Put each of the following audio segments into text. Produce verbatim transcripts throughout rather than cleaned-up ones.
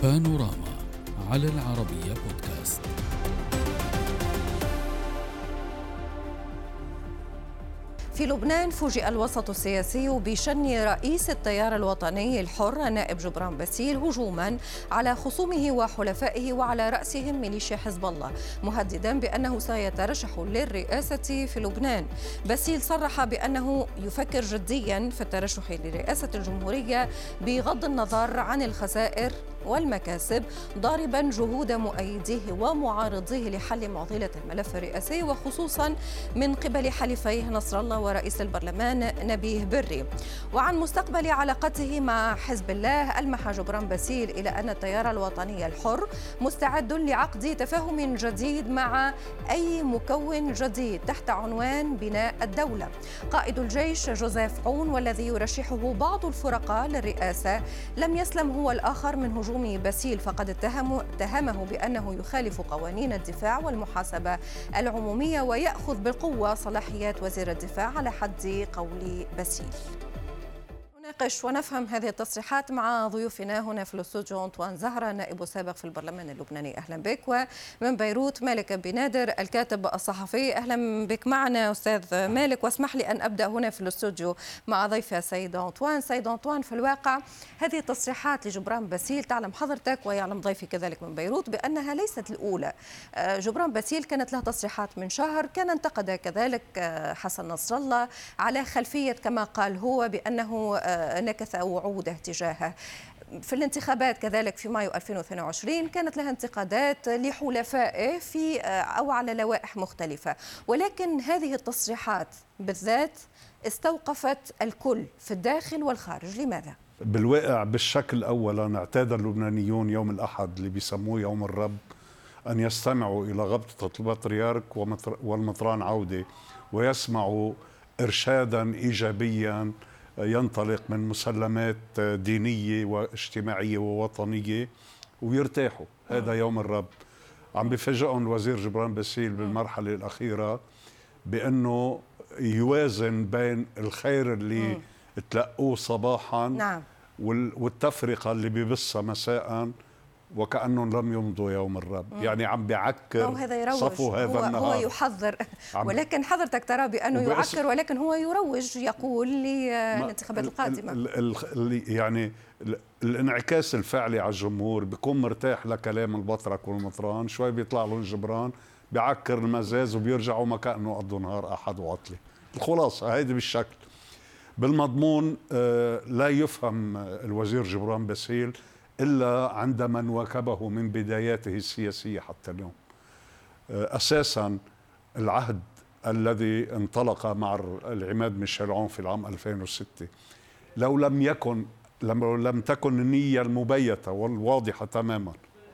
بانوراما على العربية بودكاست. في لبنان فوجئ الوسط السياسي بشن رئيس التيار الوطني الحر النائب جبران باسيل هجوما على خصومه وحلفائه وعلى رأسهم ميليشيا حزب الله، مهددا بأنه سيترشح للرئاسة في لبنان. باسيل صرح بأنه يفكر جديا في الترشح لرئاسة الجمهورية بغض النظر عن الخسائر والمكاسب، ضاربا جهود مؤيديه ومعارضيه لحل معضلة الملف الرئاسي وخصوصا من قبل حليفيه نصر الله ورئيس البرلمان نبيه بري. وعن مستقبل علاقته مع حزب الله ألمح جبران باسيل إلى أن التيار الوطني الحر مستعد لعقد تفاهم جديد مع أي مكون جديد تحت عنوان بناء الدولة. قائد الجيش جوزيف عون والذي يرشحه بعض الفرقاء للرئاسة لم يسلم هو الآخر من هجوم باسيل، فقد اتهمه, اتهمه بأنه يخالف قوانين الدفاع والمحاسبة العمومية ويأخذ بالقوة صلاحيات وزير الدفاع على حد قول باسيل. نناقش ونفهم هذه التصريحات مع ضيوفنا هنا في الاستوديو أنطوان زهرة نائب سابق في البرلمان اللبناني، أهلا بك، ومن بيروت مالك بنادر الكاتب الصحفي، أهلا بك معنا أستاذ مالك. واسمح لي أن أبدأ هنا في الاستوديو مع ضيفي السيد أنطوان. سيد أنطوان، في الواقع هذه التصريحات لجبران باسيل تعلم حضرتك ويعلم ضيفي كذلك من بيروت بأنها ليست الأولى. جبران باسيل كانت له تصريحات من شهر، كان انتقد كذلك حسن نصر الله على خلفية كما قال هو بأنه نكث وعوده تجاهه. في الانتخابات كذلك في مايو ألفين واثنين وعشرين كانت لها انتقادات لحلفائه في أو على لوائح مختلفة، ولكن هذه التصريحات بالذات استوقفت الكل في الداخل والخارج. لماذا؟ بالواقع بالشكل أولا اعتاد اللبنانيون يوم الأحد اللي بيسموه يوم الرب أن يستمعوا إلى غبطة البطريرك والمطران عودة ويسمعوا إرشادا إيجابيا ينطلق من مسلمات دينية واجتماعية ووطنية ويرتاحوا. هذا يوم الرب. عم بفاجئهم الوزير جبران باسيل بالمرحلة الأخيرة بأنه يوازن بين الخير اللي تلقوه صباحا نعم. والتفرقة اللي بيبصها مساء وكأنهم لم يمضوا يوم الرب. مم. يعني عم بيعكر صفو هذا هو النهار. هو يحذر، ولكن حضرتك ترى بأنه يعكر، ولكن هو يروج يقول للانتخابات القادمة. ال ال ال يعني الانعكاس الفعلي على الجمهور بيكون مرتاح لكلام البطرك والمطران، شوي بيطلع له الجبران بيعكر المزاز وبيرجعوا ما كأنه قضوا نهار أحد وعطلة. الخلاصة هيدي بالشكل. بالمضمون لا يفهم الوزير جبران باسيل إلا عند من واكبه من بداياته السياسية حتى اليوم. أساسا العهد الذي انطلق مع العماد ميشيل عون في العام ألفين وستة لو لم يكن لم لم تكن النية المبيتة والواضحة تماما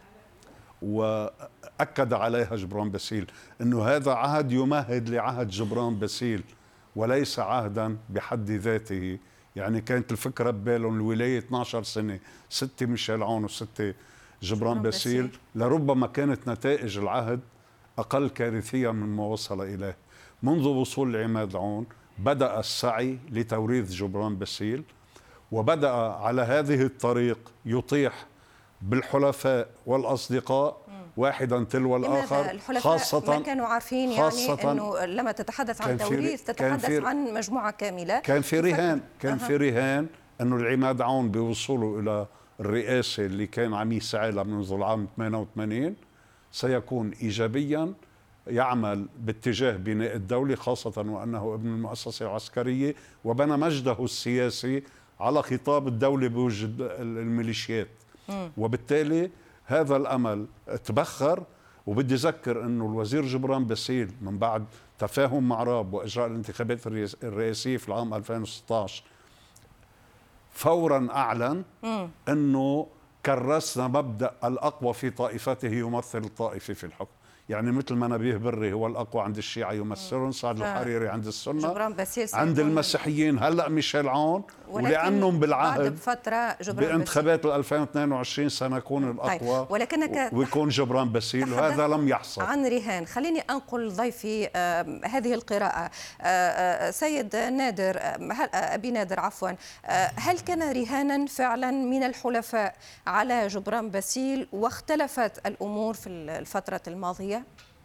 وأكد عليها جبران باسيل أنه هذا عهد يمهد لعهد جبران باسيل وليس عهدا بحد ذاته. يعني كانت الفكرة ببالهم الولاية اثنعش سنة، ستة ميشيل عون وستة جبران باسيل، لربما كانت نتائج العهد أقل كارثية مما وصل إليه. منذ وصول العماد عون بدأ السعي لتوريث جبران باسيل، وبدأ على هذه الطريق يطيح بالحلفاء والأصدقاء واحدا تلو الآخر. خاصة ما كانوا عارفين يعني أنه لما تتحدث عن توريث تتحدث عن مجموعة كاملة. كان في رهان كان في رهان أنه العماد عون بوصوله إلى الرئاسة اللي كان عم يسعى لها منذ العام ثمانية وثمانين سيكون إيجابيا، يعمل باتجاه بناء الدولة، خاصة وأنه ابن المؤسسة العسكرية وبنى مجده السياسي على خطاب الدولة بوجود الميليشيات. وبالتالي هذا الأمل تبخر. وبدي أذكر أنه الوزير جبران باسيل من بعد تفاهم مع راب وإجراء الانتخابات الرئاسية في العام ألفين وستة عشر فورا أعلن أنه كرسنا مبدأ الأقوى في طائفته يمثل الطائفة في الحكم. يعني مثل ما نبيه بري هو الأقوى عند الشيعة يمثلهم، سعد الحريري عند السنة، عند المسيحيين هلأ ميشيل عون، ولأنهم بالعهد بفترة جبران بانتخابات ألفين واثنين وعشرين سنكون الأقوى. طيب. ولكنك ويكون جبران باسيل، وهذا لم يحصل. عن رهان، خليني أنقل ضيفي آه هذه القراءة. آه سيد نادر، آه أبي نادر عفوا، آه هل كان رهانا فعلا من الحلفاء على جبران باسيل واختلفت الأمور في الفترة الماضية؟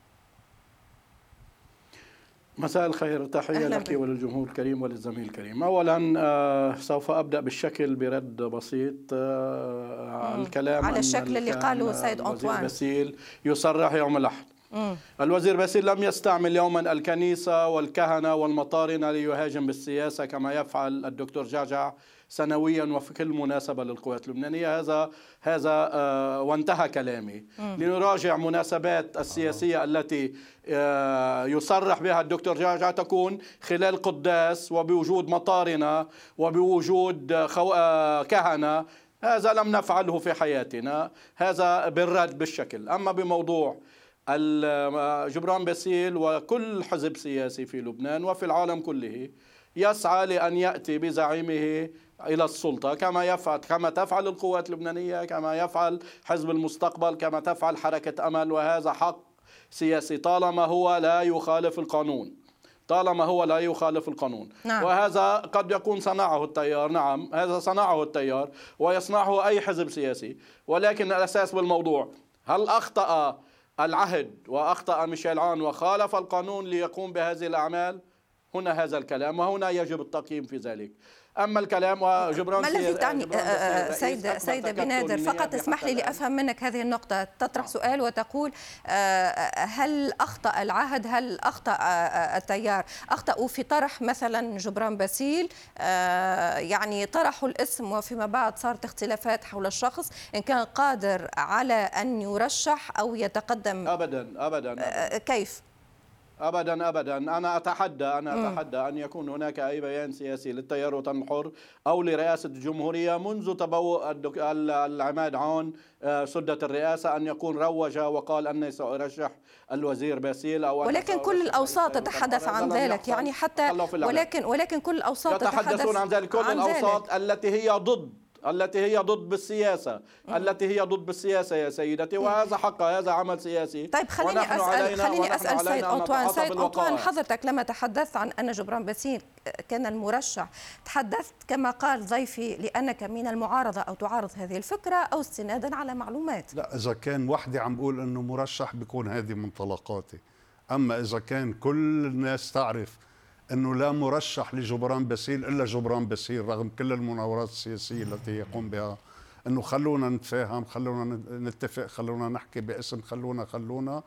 مساء الخير، تحية لك وللجمهور الكريم وللزميل الكريم. أولا آه سوف أبدأ بالشكل برد بسيط. آه الكلام على الشكل اللي قاله سيد أنطوان باسيل يصرح يوم الأحد. مم. الوزير باسيل لم يستعمل يوما الكنيسة والكهنة والمطارنة ليهاجم بالسياسة كما يفعل الدكتور جعجع سنويا وفي كل مناسبة للقوات اللبنانية. هذا هذا آه وانتهى كلامي. مم. لنراجع مناسبات السياسية التي آه يصرح بها الدكتور جعجع تكون خلال قداس وبوجود مطارنة وبوجود آه كهنة. هذا لم نفعله في حياتنا. هذا بالرد بالشكل. أما بموضوع جبران باسيل، وكل حزب سياسي في لبنان وفي العالم كله يسعى لأن يأتي بزعيمه إلى السلطة كما يفعل كما تفعل القوات اللبنانية، كما يفعل حزب المستقبل، كما تفعل حركة أمل، وهذا حق سياسي طالما هو لا يخالف القانون. طالما هو لا يخالف القانون. نعم. وهذا قد يكون صنعه التيار. نعم، هذا صنعه التيار ويصنعه أي حزب سياسي، ولكن الأساس بالموضوع هل أخطأ العهد وأخطأ ميشيل عون وخالف القانون ليقوم بهذه الأعمال؟ هنا هذا الكلام، وهنا يجب التقييم في ذلك. أما الكلام وجبران ما الذي تعني سيد سيد أبي نادر؟ فقط اسمح لي لأفهم منك هذه النقطة. تطرح سؤال وتقول هل أخطأ العهد؟ هل أخطأ التيار؟ أخطأوا في طرح مثلا جبران باسيل، يعني طرحوا الاسم وفيما بعد صارت اختلافات حول الشخص إن كان قادر على أن يرشح أو يتقدم. أبدا أبدا, أبداً. كيف؟ أبدا أبدا أنا أتحدى أنا أتحدى أن يكون هناك أي بيان سياسي للتيار الوطني الحر أو لرئاسة الجمهورية منذ تبوء العماد عون سدة الرئاسة أن يكون روج وقال أني سأرشح الوزير باسيل أو ولكن كل الأوساط تتحدث عن ذلك، يعني حتى ولكن ولكن كل الأوساط يتحدثون عن ذلك. كل الأوساط التي هي ضد التي هي ضد بالسياسة مم. التي هي ضد بالسياسة يا سيدتي، وهذا حقا، هذا عمل سياسي. طيب خليني أسأل خليني أسأل سيد أنطوان. سيد أنطوان، حضرتك لما تحدثت عن أن جبران باسيل كان المرشح تحدثت كما قال ضيفي لأنك من المعارضة أو تعارض هذه الفكرة أو استنادا على معلومات؟ لا، إذا كان وحدي عم بقول أنه مرشح بيكون هذه منطلقاتي. أما إذا كان كل الناس تعرف أنه لا مرشح لجبران باسيل إلا جبران باسيل رغم كل المناورات السياسية التي يقوم بها، أنه خلونا نتفاهم، خلونا نتفق، خلونا نحكي باسم، خلونا خلونا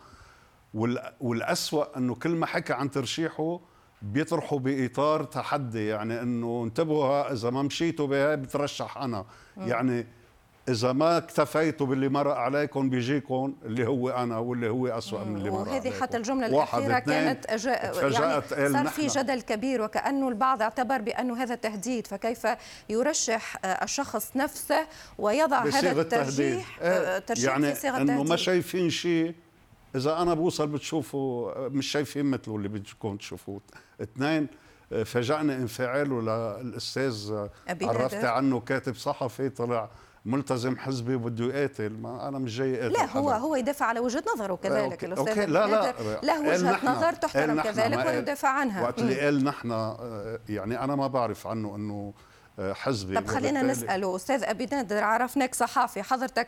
والأسوأ أنه كل ما حكى عن ترشيحه بيطرحوا بإطار تحدي، يعني أنه انتبهوا إذا ما مشيتوا بها بترشح أنا. م. يعني إذا ما اكتفيتوا باللي مرق عليكم بيجيكم اللي هو أنا واللي هو أسوأ من اللي مرق عليكم. وهذه حتى الجملة الأخيرة كانت أجا... يعني صار في جدل كبير، وكأنه البعض اعتبر بأنه هذا تهديد، فكيف يرشح الشخص نفسه ويضع هذا الترجيح ترشيح يعني في صيغة أنه ما شايفين شيء. إذا أنا بوصل بتشوفوا مش شايفين مثله اللي بدكم تشوفوه. اثنين، فاجأني انفعاله للأستاذ عرفت عنه كاتب صحفي طلع ملتزم حزبي وبده يقاتل. ما انا مش جاي اقاتل. لا، هو حدا. هو يدافع على وجهه نظره كذلك. الاستاذ أوكي. لا لا له وجهه نظر تحترم كذلك ويدافع عنها. وقت اللي قال نحن، يعني انا ما بعرف عنه انه حزبي. طب خلينا نساله استاذ ابي نادر، عرفناك صحافي، حضرتك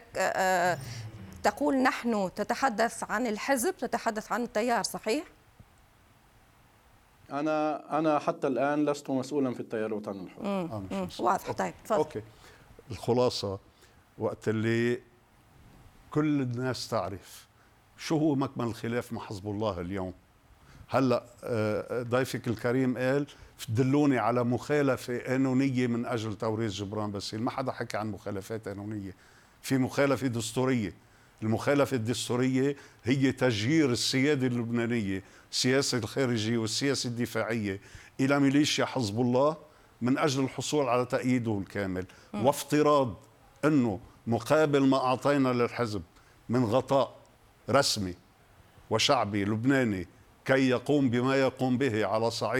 تقول نحن، تتحدث عن الحزب، تتحدث عن التيار، صحيح؟ انا انا حتى الان لست مسؤولا في التيار الوطني الحر. واضح. طيب تفضل. اوكي. الخلاصة وقت اللي كل الناس تعرف شو هو مكمن الخلاف مع حزب الله اليوم. هلأ ضيفك الكريم قال دلوني على مخالفة قانونية من أجل توريث جبران باسيل. ما حدا حكى عن مخالفات قانونية، في مخالفة دستورية. المخالفة الدستورية هي تجيير السيادة اللبنانية، السياسة الخارجية والسياسة الدفاعية، إلى ميليشيا حزب الله من أجل الحصول على تأييده الكامل. م. وافتراض أنه مقابل ما أعطينا للحزب من غطاء رسمي وشعبي لبناني كي يقوم بما يقوم به على صعيد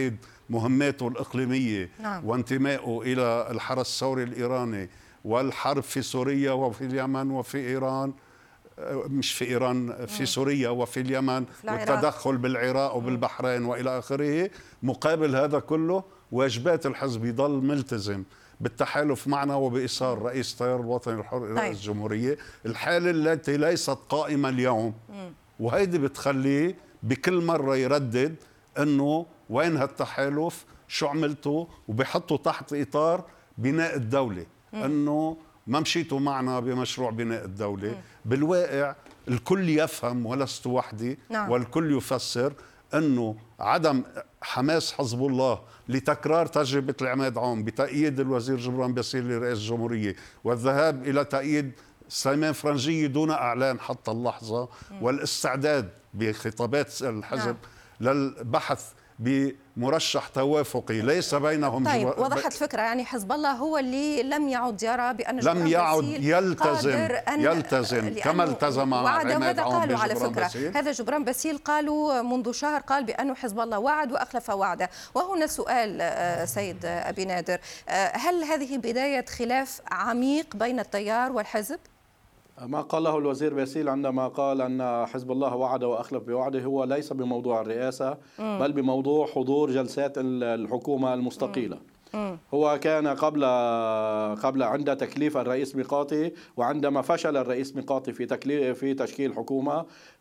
مهماته الإقليمية نعم. وانتمائه إلى الحرس الثوري الإيراني والحرب في سوريا وفي اليمن وفي إيران، مش في إيران، في سوريا وفي اليمن، والتدخل بالعراق وبالبحرين وإلى آخره. مقابل هذا كله واجبات الحزب يضل ملتزم بالتحالف معنا وبإيصال رئيس التيار الوطني الحر إلى رئيس الجمهورية، الحالة التي ليست قائمة اليوم. وهيدي بتخليه بكل مرة يردد أنه وين هالتحالف، شو عملتوا، وبيحطوا تحت إطار بناء الدولة، أنه ما مشيتوا معنا بمشروع بناء الدولة. مم. بالواقع الكل يفهم ولست وحدي. نعم. والكل يفسر أنه عدم حماس حزب الله لتكرار تجربة العماد عون بتأييد الوزير جبران باسيل لرئيس الجمهورية والذهاب إلى تأييد سليمان فرنجية دون أعلان حتى اللحظة. مم. والاستعداد بخطابات الحزب. نعم. للبحث بمرشح توافقي ليس بينهم. طيب وضحت الفكرة، يعني حزب الله هو اللي لم يعد يرى بأن لم يعد يلتزم يلتزم كما التزم وعد. وهذا قالوا على فكرة باسيل. هذا جبران باسيل قالوا منذ شهر، قال بأنه حزب الله وعد وأخلف وعده. وهنا سؤال سيد أبي نادر، هل هذه بداية خلاف عميق بين التيار والحزب؟ ما قاله الوزير باسيل عندما قال أن حزب الله وعد وأخلف بوعده هو ليس بموضوع الرئاسة، مم. بل بموضوع حضور جلسات الحكومة المستقيلة. مم. هو كان قبل قبل عند تكليف الرئيس ميقاتي، وعندما فشل الرئيس ميقاتي في تكليف في تشكيل حكومة،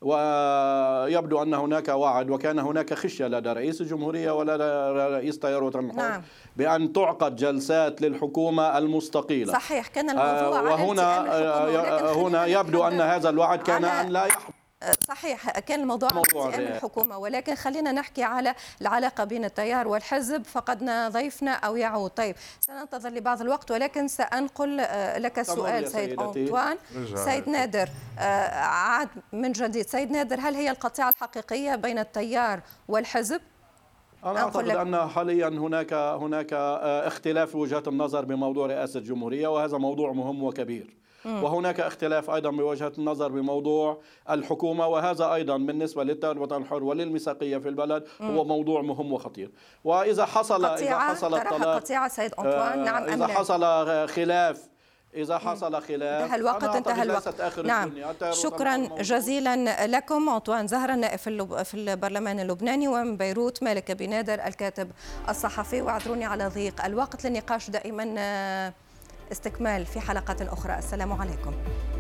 ويبدو أن هناك وعد وكان هناك خشية لدى رئيس الجمهورية ولدى رئيس تيار الوطن الحر. نعم. بأن تعقد جلسات للحكومة المستقيلة. صحيح، كان الموضوع وهنا هنا يبدو أن هذا الوعد كان أن لا يحدث. صحيح، كان الموضوع عن الحكومة، ولكن خلينا نحكي على العلاقة بين التيار والحزب. فقدنا ضيفنا أو يعود. طيب سننتظر لبعض الوقت، ولكن سأنقل لك السؤال سيد أنطوان. سيد نادر عاد من جديد. سيد نادر، هل هي القطيعة الحقيقية بين التيار والحزب؟ أنا أعتقد أن حاليا هناك هناك اختلاف في وجهات النظر بموضوع رئاسة الجمهورية، وهذا موضوع مهم وكبير. وهناك اختلاف أيضا بوجهة النظر بموضوع الحكومة، وهذا أيضا بالنسبة للتيار الوطني الحر وللميثاقية في البلد هو موضوع مهم وخطير. وإذا حصل إذا حصل الطلاق قطيعة سيد أنطوان، نعم، إذا حصل خلاف إذا حصل خلاف انتهى الوقت انتهى الوقت نعم. شكرا جزيلا لكم. أنطوان زهرة نائب في البرلمان اللبناني، ومن بيروت مالك أبي نادر الكاتب الصحفي. واعذروني على ضيق الوقت، للنقاش دائما استكمال في حلقات أخرى. السلام عليكم.